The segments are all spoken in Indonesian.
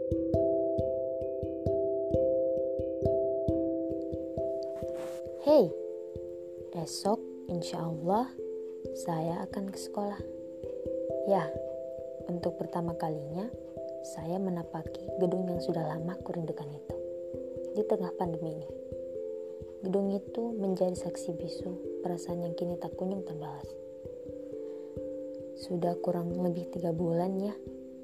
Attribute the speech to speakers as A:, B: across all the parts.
A: Hey, esok insya Allah saya akan ke sekolah. Ya, untuk pertama kalinya saya menapaki gedung yang sudah lama kurindukan itu. Di tengah pandemi ini, gedung itu menjadi saksi bisu perasaan yang kini tak kunjung terbalas. Sudah kurang lebih 3 bulan ya,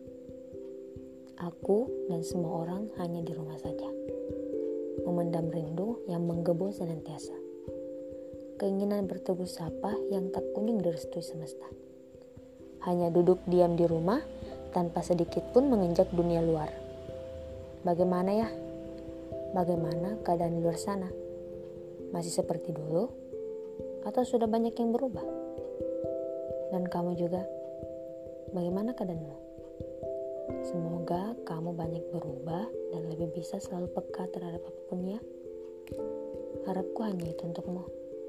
A: aku dan semua orang hanya di rumah saja, memendam rindu yang menggebu senantiasa. Keinginan bertegur sapa yang tak kunjung direstui semesta. Hanya duduk diam di rumah tanpa sedikit pun menginjak dunia luar. Bagaimana ya? Bagaimana keadaan di luar sana? Masih seperti dulu? Atau sudah banyak yang berubah? Dan kamu juga, bagaimana keadaanmu? Semoga kamu banyak berubah dan lebih bisa selalu peka terhadap apapun ya. Harapku hanya itu untukmu.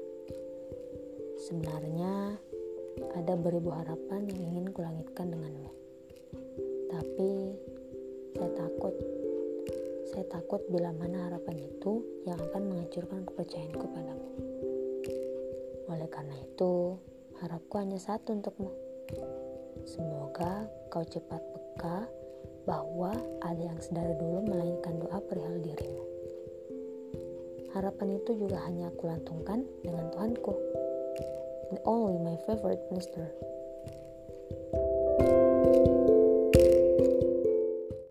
A: Sebenarnya ada beribu harapan yang ingin kulangitkan denganmu. Tapi saya takut bila mana harapan itu yang akan menghancurkan kepercayaanku padamu. Oleh karena itu, harapku hanya satu untukmu. Semoga kau cepat peka bahwa ada yang sedari dulu melainkan doa perihal dirimu. Harapan itu juga hanya aku lantungkan dengan Tuhanku, and only my favorite minister,